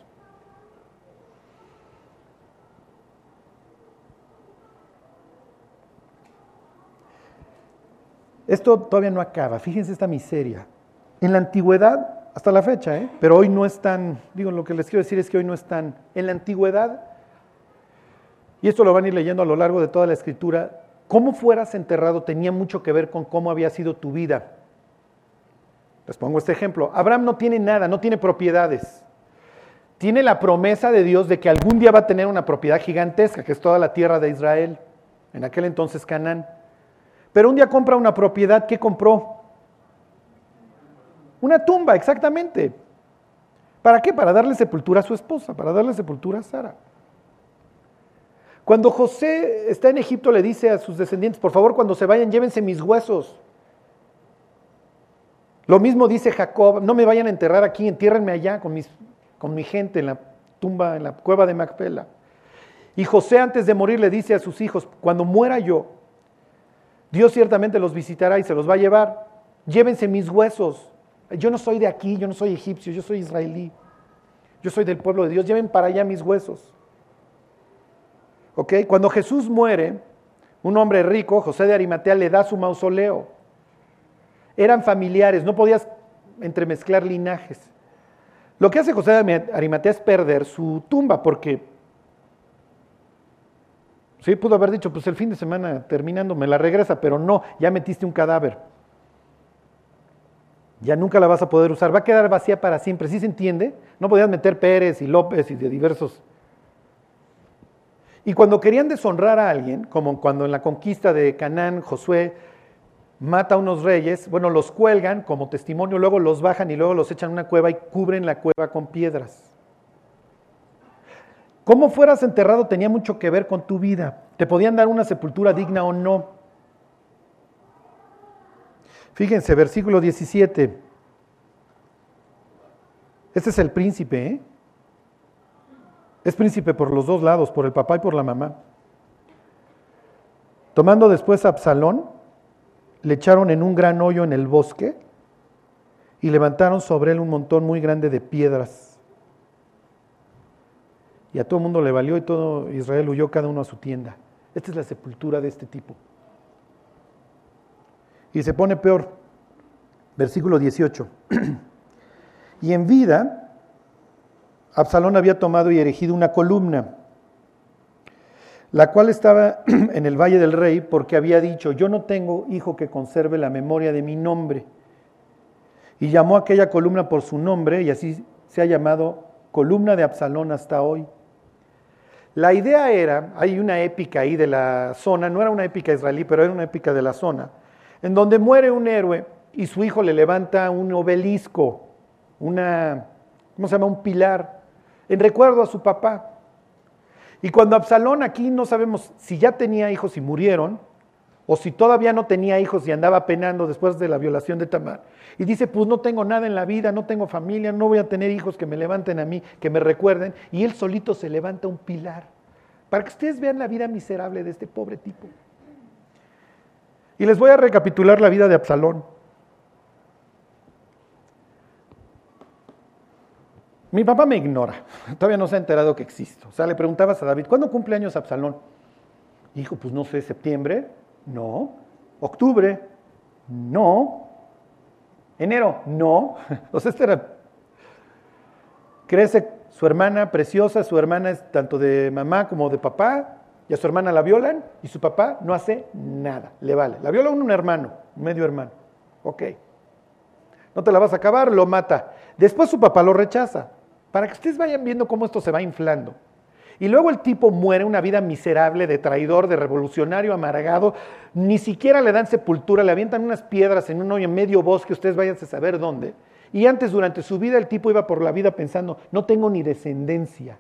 Esto todavía no acaba, fíjense esta miseria. En la antigüedad, hasta la fecha, ¿eh? Pero hoy no están, digo, lo que les quiero decir es que hoy no están. En la antigüedad, y esto lo van a ir leyendo a lo largo de toda la escritura, cómo fueras enterrado tenía mucho que ver con cómo había sido tu vida. Les pongo este ejemplo. Abraham no tiene nada, no tiene propiedades. Tiene la promesa de Dios de que algún día va a tener una propiedad gigantesca, que es toda la tierra de Israel, en aquel entonces Canaán. Pero un día compra una propiedad, ¿qué compró? Una tumba, exactamente. ¿Para qué? Para darle sepultura a su esposa, para darle sepultura a Sara. Cuando José está en Egipto le dice a sus descendientes, por favor cuando se vayan llévense mis huesos. Lo mismo dice Jacob, no me vayan a enterrar aquí, entiérrenme allá con, mis, con mi gente en la tumba, en la cueva de Macpela. Y José antes de morir le dice a sus hijos, cuando muera yo, Dios ciertamente los visitará y se los va a llevar. Llévense mis huesos. Yo no soy de aquí, yo no soy egipcio, yo soy israelí. Yo soy del pueblo de Dios, lleven para allá mis huesos. ¿Ok? Cuando Jesús muere, un hombre rico, José de Arimatea, le da su mausoleo. Eran familiares, no podías entremezclar linajes. Lo que hace José de Arimatea es perder su tumba, porque sí, pudo haber dicho, pues el fin de semana terminando me la regresa, pero no, ya metiste un cadáver. Ya nunca la vas a poder usar, va a quedar vacía para siempre, ¿sí se entiende? No podías meter Pérez y López y de diversos. Y cuando querían deshonrar a alguien, como cuando en la conquista de Canaán, Josué mata a unos reyes, bueno, los cuelgan como testimonio, luego los bajan y luego los echan en una cueva y cubren la cueva con piedras. Cómo fueras enterrado tenía mucho que ver con tu vida. Te podían dar una sepultura digna o no. Fíjense, versículo diecisiete. Este es el príncipe, ¿eh? Es príncipe por los dos lados, por el papá y por la mamá. Tomando después a Absalón, le echaron en un gran hoyo en el bosque y levantaron sobre él un montón muy grande de piedras. Y a todo el mundo le valió y todo Israel huyó cada uno a su tienda. Esta es la sepultura de este tipo. Y se pone peor. Versículo dieciocho. Y en vida, Absalón había tomado y erigido una columna, la cual estaba en el valle del rey, porque había dicho, yo no tengo hijo que conserve la memoria de mi nombre. Y llamó a aquella columna por su nombre, y así se ha llamado columna de Absalón hasta hoy. La idea era, hay una épica ahí de la zona, no era una épica israelí, pero era una épica de la zona, en donde muere un héroe y su hijo le levanta un obelisco, una, ¿cómo se llama? Un pilar, en recuerdo a su papá. Y cuando Absalón, aquí no sabemos si ya tenía hijos y murieron, o si todavía no tenía hijos y andaba penando después de la violación de Tamar, y dice, pues no tengo nada en la vida, no tengo familia, no voy a tener hijos que me levanten a mí, que me recuerden, y él solito se levanta un pilar, para que ustedes vean la vida miserable de este pobre tipo. Y les voy a recapitular la vida de Absalón. Mi papá me ignora, todavía no se ha enterado que existo. O sea, le preguntabas a David, ¿cuándo cumple años Absalón? Y dijo, pues no sé, ¿septiembre? No. ¿Octubre? No. ¿Enero? No. O sea, este era... Crece su hermana preciosa, su hermana es tanto de mamá como de papá, y a su hermana la violan, y su papá no hace nada, le vale. La viola un hermano, un medio hermano. Ok. No te la vas a acabar, lo mata. Después su papá lo rechaza, para que ustedes vayan viendo cómo esto se va inflando. Y luego el tipo muere una vida miserable de traidor, de revolucionario amargado, ni siquiera le dan sepultura, le avientan unas piedras en un hoyo en medio bosque, ustedes vayan a saber dónde. Y antes, durante su vida, el tipo iba por la vida pensando, no tengo ni descendencia.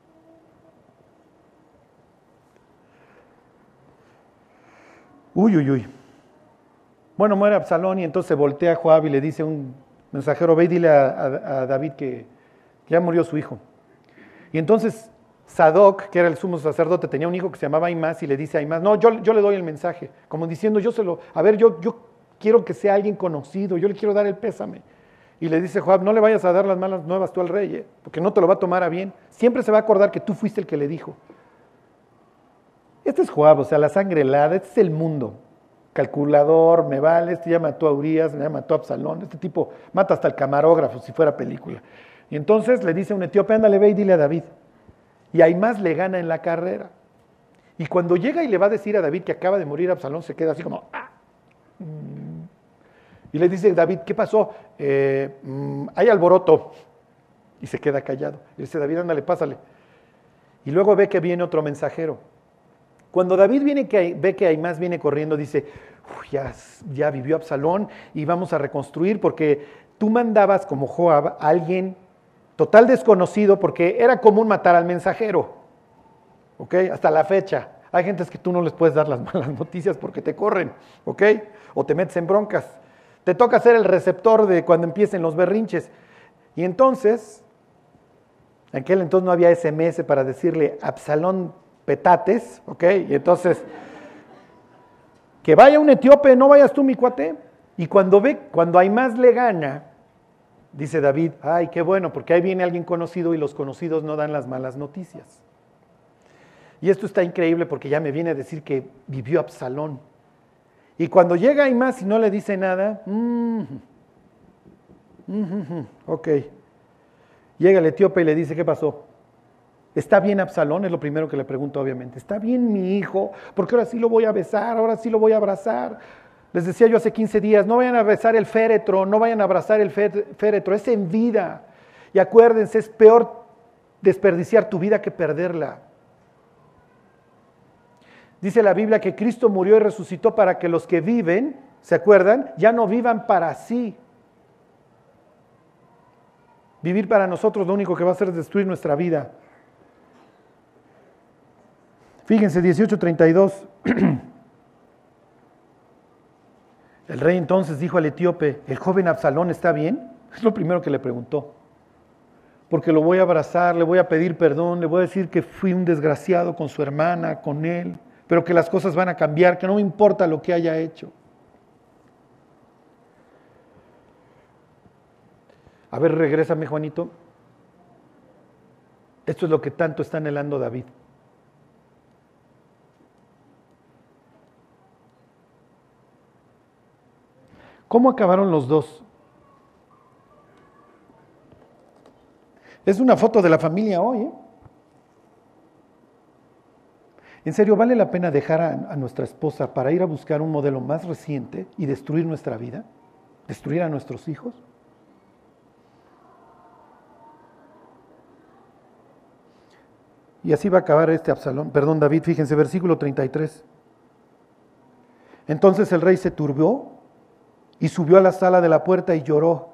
Uy, uy, uy. Bueno, muere Absalón y entonces se voltea a Joab y le dice a un mensajero, ve y dile a, a, a David que, que ya murió su hijo. Y entonces Sadoc, que era el sumo sacerdote, tenía un hijo que se llamaba Ahimás y le dice a Ahimás, no, yo, yo le doy el mensaje, como diciendo, yo se lo, a ver, yo, yo quiero que sea alguien conocido, yo le quiero dar el pésame. Y le dice Joab, no le vayas a dar las malas nuevas tú al rey, ¿eh? Porque no te lo va a tomar a bien. Siempre se va a acordar que tú fuiste el que le dijo. Este es Joab, o sea, la sangre helada, este es el mundo. Calculador, me vale, este ya mató a Urias, ya mató a Absalón, este tipo mata hasta el camarógrafo si fuera película. Y entonces le dice a un etíope, ándale, ve y dile a David. Y Ahimás le gana en la carrera. Y cuando llega y le va a decir a David que acaba de morir Absalón, se queda así como, ¡ah! Y le dice David, ¿qué pasó? Eh, mmm, hay alboroto. Y se queda callado. Y dice David, ándale, pásale. Y luego ve que viene otro mensajero. Cuando David viene que, ve que Ahimás viene corriendo, dice, ya, ya vivió Absalón y vamos a reconstruir porque tú mandabas como Joab a alguien total desconocido porque era común matar al mensajero. ¿Ok? Hasta la fecha. Hay gentes que tú no les puedes dar las malas noticias porque te corren. ¿Ok? O te metes en broncas. Te toca ser el receptor de cuando empiecen los berrinches. Y entonces, en aquel entonces no había ese eme ese para decirle Absalón petates, ¿ok? Y entonces, que vaya un etíope, no vayas tú, mi cuate. Y cuando ve, cuando Ahimás le gana, dice David, ay, qué bueno, porque ahí viene alguien conocido y los conocidos no dan las malas noticias. Y esto está increíble porque ya me viene a decir que vivió Absalón. Y cuando llega Ahimás y no le dice nada, mm, mm, mm, ok, llega el etíope y le dice, ¿qué pasó? ¿Está bien Absalón? Es lo primero que le pregunto, obviamente. ¿Está bien mi hijo? Porque ahora sí lo voy a besar, ahora sí lo voy a abrazar. Les decía yo hace quince días, no vayan a besar el féretro, no vayan a abrazar el féretro, es en vida. Y acuérdense, es peor desperdiciar tu vida que perderla. Dice la Biblia que Cristo murió y resucitó para que los que viven ¿Se acuerdan? Ya no vivan para sí. Vivir para nosotros lo único que va a hacer es destruir nuestra vida. Fíjense, dieciocho treinta y dos. El rey entonces dijo al etíope, ¿el joven Absalón está bien? Es lo primero que le preguntó. Porque lo voy a abrazar, le voy a pedir perdón, le voy a decir que fui un desgraciado con su hermana, con él, pero que las cosas van a cambiar, que no me importa lo que haya hecho. A ver, regrésame, Juanito. Esto es lo que tanto está anhelando David. ¿Cómo acabaron los dos? Es una foto de la familia hoy, ¿eh? En serio, ¿vale la pena dejar a, a nuestra esposa para ir a buscar un modelo más reciente y destruir nuestra vida? ¿Destruir a nuestros hijos? Y así va a acabar este Absalón, perdón, David, fíjense, versículo treinta y tres. Entonces el rey se turbió y subió a la sala de la puerta y lloró.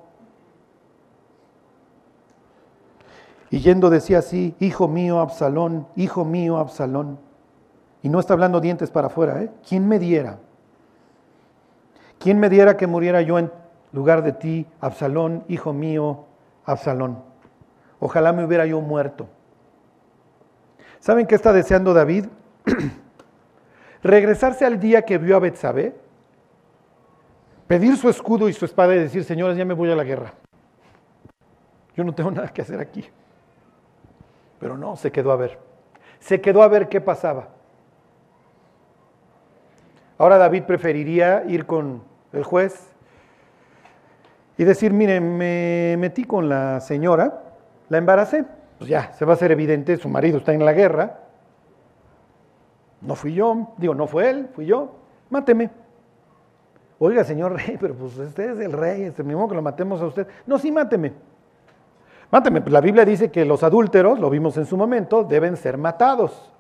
Y yendo decía así, hijo mío Absalón, hijo mío Absalón. Y no está hablando dientes para afuera, ¿eh? ¿Quién me diera? ¿Quién me diera que muriera yo en lugar de ti, Absalón, hijo mío Absalón? Ojalá me hubiera yo muerto. ¿Saben qué está deseando David? Regresarse al día que vio a Betsabé, pedir su escudo y su espada y decir, señores, ya me voy a la guerra. Yo no tengo nada que hacer aquí. Pero no, se quedó a ver. Se quedó a ver qué pasaba. Ahora David preferiría ir con el juez y decir, miren, me metí con la señora, la embaracé. Pues ya, se va a hacer evidente, su marido está en la guerra. No fui yo, digo, no fue él, fui yo. Máteme. Oiga, señor rey, pero pues usted es el rey, es el mismo que lo matemos a usted. No, sí, máteme. Máteme. Pues la Biblia dice que los adúlteros, lo vimos en su momento, deben ser matados.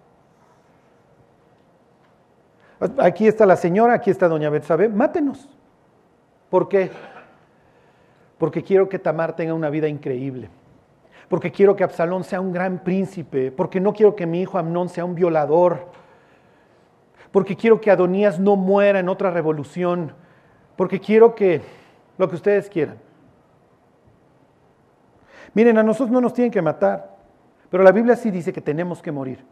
Aquí está la señora, aquí está doña Betsabé, mátenos. ¿Por qué? Porque quiero que Tamar tenga una vida increíble. Porque quiero que Absalón sea un gran príncipe, porque no quiero que mi hijo Amnón sea un violador, porque quiero que Adonías no muera en otra revolución, porque quiero que lo que ustedes quieran. Miren, a nosotros no nos tienen que matar, pero la Biblia sí dice que tenemos que morir,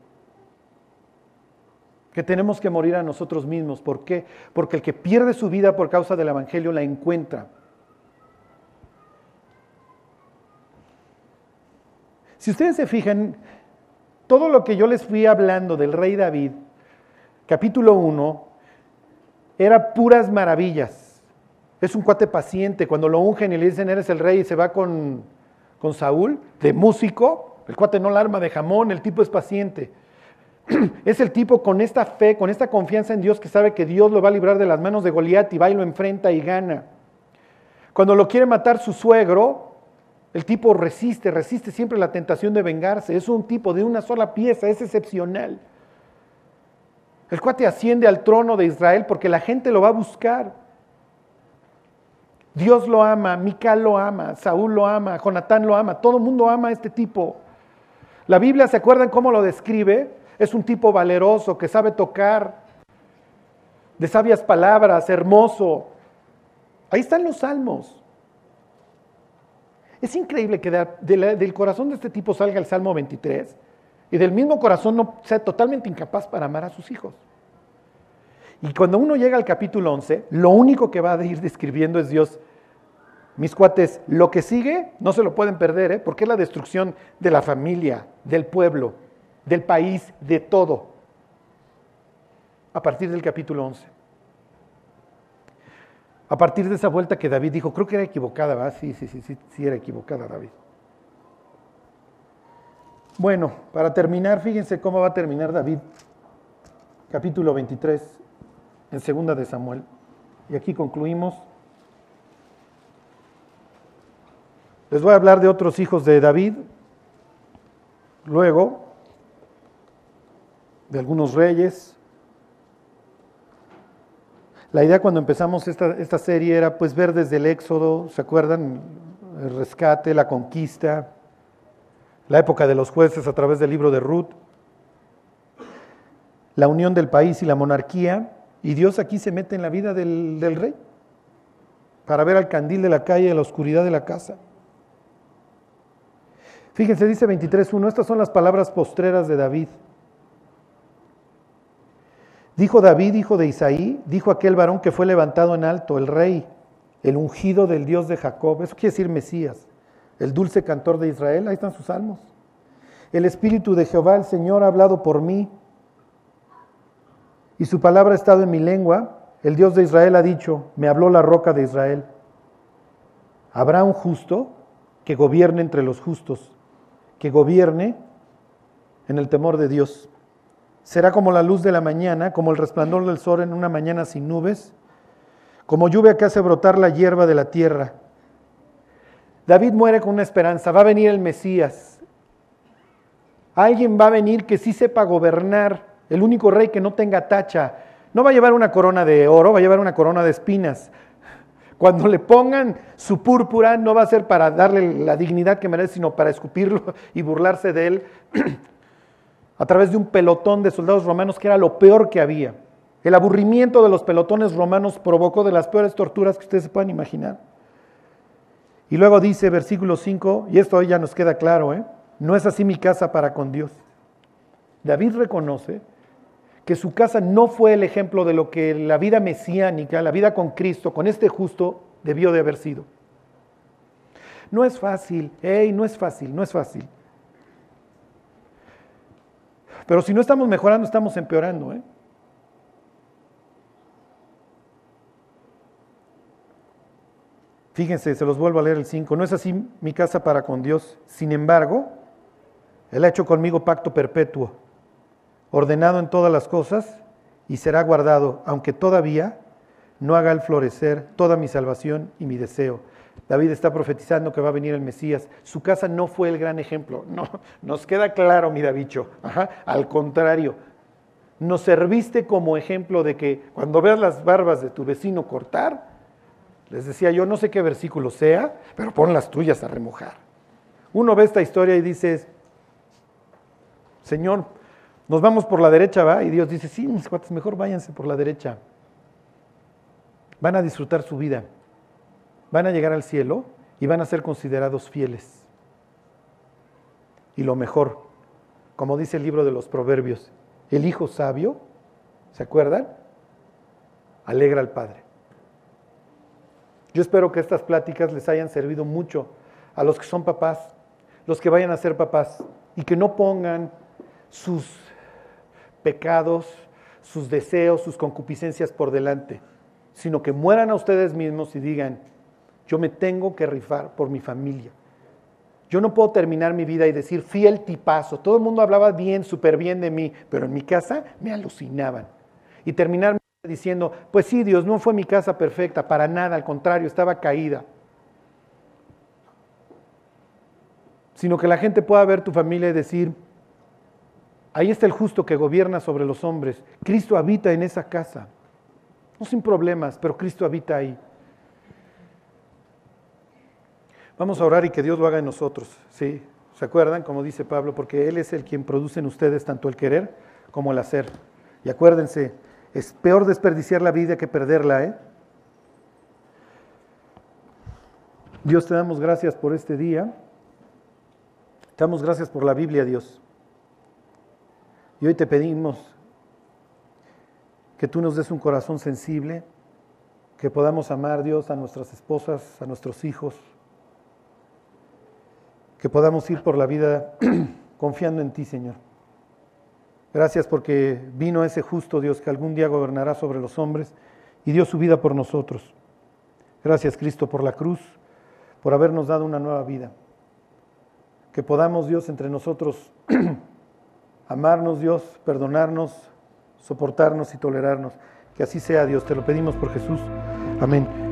que tenemos que morir a nosotros mismos. ¿Por qué? Porque el que pierde su vida por causa del evangelio la encuentra. Si ustedes se fijan, todo lo que yo les fui hablando del rey David, capítulo uno, era puras maravillas. Es un cuate paciente. Cuando lo ungen y le dicen, eres el rey, y se va con, con Saúl, de músico, el cuate no la arma de jamón, el tipo es paciente. Es el tipo con esta fe, con esta confianza en Dios, que sabe que Dios lo va a librar de las manos de Goliat y va y lo enfrenta y gana. Cuando lo quiere matar su suegro, el tipo resiste, resiste siempre la tentación de vengarse. Es un tipo de una sola pieza, es excepcional. El cuate asciende al trono de Israel porque la gente lo va a buscar. Dios lo ama, Mical lo ama, Saúl lo ama, Jonatán lo ama, todo el mundo ama a este tipo. La Biblia, ¿se acuerdan cómo lo describe? Es un tipo valeroso que sabe tocar, de sabias palabras, hermoso. Ahí están los salmos. Es increíble que de, de la, del corazón de este tipo salga el Salmo veintitrés y del mismo corazón no sea totalmente incapaz para amar a sus hijos. Y cuando uno llega al capítulo once, lo único que va a ir describiendo es Dios. Mis cuates, lo que sigue no se lo pueden perder, ¿eh? Porque es la destrucción de la familia, del pueblo, del país, de todo. A partir del capítulo once. A partir de esa vuelta que David dijo, creo que era equivocada, ¿verdad? Sí, sí, sí, sí, sí era equivocada David. Bueno, para terminar, fíjense cómo va a terminar David, capítulo veintitrés, en segunda de Samuel. Y aquí concluimos. Les voy a hablar de otros hijos de David, luego de algunos reyes. La idea cuando empezamos esta, esta serie era pues ver desde el Éxodo, ¿se acuerdan? El rescate, la conquista, la época de los jueces a través del libro de Ruth, la unión del país y la monarquía, y Dios aquí se mete en la vida del, del rey para ver al candil de la calle, a la oscuridad de la casa. Fíjense, dice veintitrés uno, estas son las palabras postreras de David. Dijo David, hijo de Isaí, dijo aquel varón que fue levantado en alto, el rey, el ungido del Dios de Jacob, eso quiere decir Mesías, el dulce cantor de Israel, ahí están sus salmos. El Espíritu de Jehová, el Señor, ha hablado por mí, y su palabra ha estado en mi lengua. El Dios de Israel ha dicho, me habló la roca de Israel. Habrá un justo que gobierne entre los justos, que gobierne en el temor de Dios. Será como la luz de la mañana, como el resplandor del sol en una mañana sin nubes, como lluvia que hace brotar la hierba de la tierra. David muere con una esperanza, va a venir el Mesías. Alguien va a venir que sí sepa gobernar, el único rey que no tenga tacha. No va a llevar una corona de oro, va a llevar una corona de espinas. Cuando le pongan su púrpura, no va a ser para darle la dignidad que merece, sino para escupirlo y burlarse de él a través de un pelotón de soldados romanos que era lo peor que había. El aburrimiento de los pelotones romanos provocó de las peores torturas que ustedes se puedan imaginar. Y luego dice, versículo cinco, y esto hoy ya nos queda claro, ¿eh? No es así mi casa para con Dios. David reconoce que su casa no fue el ejemplo de lo que la vida mesiánica, la vida con Cristo, con este justo, debió de haber sido. No es fácil, hey, no es fácil, no es fácil. Pero si no estamos mejorando, estamos empeorando, ¿eh? Fíjense, se los vuelvo a leer el cinco. No es así mi casa para con Dios. Sin embargo, Él ha hecho conmigo pacto perpetuo, ordenado en todas las cosas, y será guardado, aunque todavía no haga el florecer toda mi salvación y mi deseo. David está profetizando que va a venir el Mesías. Su casa no fue el gran ejemplo. No, nos queda claro, mi Davicho. Ajá, al contrario, nos serviste como ejemplo de que cuando veas las barbas de tu vecino cortar, les decía yo, no sé qué versículo sea, pero pon las tuyas a remojar. Uno ve esta historia y dices, Señor, nos vamos por la derecha, ¿va? Y Dios dice, sí, mis cuates, mejor váyanse por la derecha. Van a disfrutar su vida, van a llegar al cielo y van a ser considerados fieles. Y lo mejor, como dice el libro de los Proverbios, el hijo sabio, ¿se acuerdan? Alegra al padre. Yo espero que estas pláticas les hayan servido mucho a los que son papás, los que vayan a ser papás, y que no pongan sus pecados, sus deseos, sus concupiscencias por delante, sino que mueran a ustedes mismos y digan, yo me tengo que rifar por mi familia. Yo no puedo terminar mi vida y decir, fui el tipazo, todo el mundo hablaba bien, súper bien de mí, pero en mi casa me alucinaban. Y terminar diciendo, pues sí, Dios, no fue mi casa perfecta, para nada, al contrario, estaba caída. Sino que la gente pueda ver tu familia y decir, ahí está el justo que gobierna sobre los hombres. Cristo habita en esa casa. No sin problemas, pero Cristo habita ahí. Vamos a orar y que Dios lo haga en nosotros. ¿Sí? ¿Se acuerdan? Como dice Pablo, porque Él es el quien produce en ustedes tanto el querer como el hacer. Y acuérdense, es peor desperdiciar la vida que perderla, ¿eh? Dios, te damos gracias por este día. Te damos gracias por la Biblia, Dios. Y hoy te pedimos que tú nos des un corazón sensible, que podamos amar, Dios, a nuestras esposas, a nuestros hijos, que podamos ir por la vida confiando en ti, Señor. Gracias porque vino ese justo Dios que algún día gobernará sobre los hombres y dio su vida por nosotros. Gracias, Cristo, por la cruz, por habernos dado una nueva vida. Que podamos, Dios, entre nosotros amarnos, Dios, perdonarnos, soportarnos y tolerarnos. Que así sea, Dios, te lo pedimos por Jesús. Amén.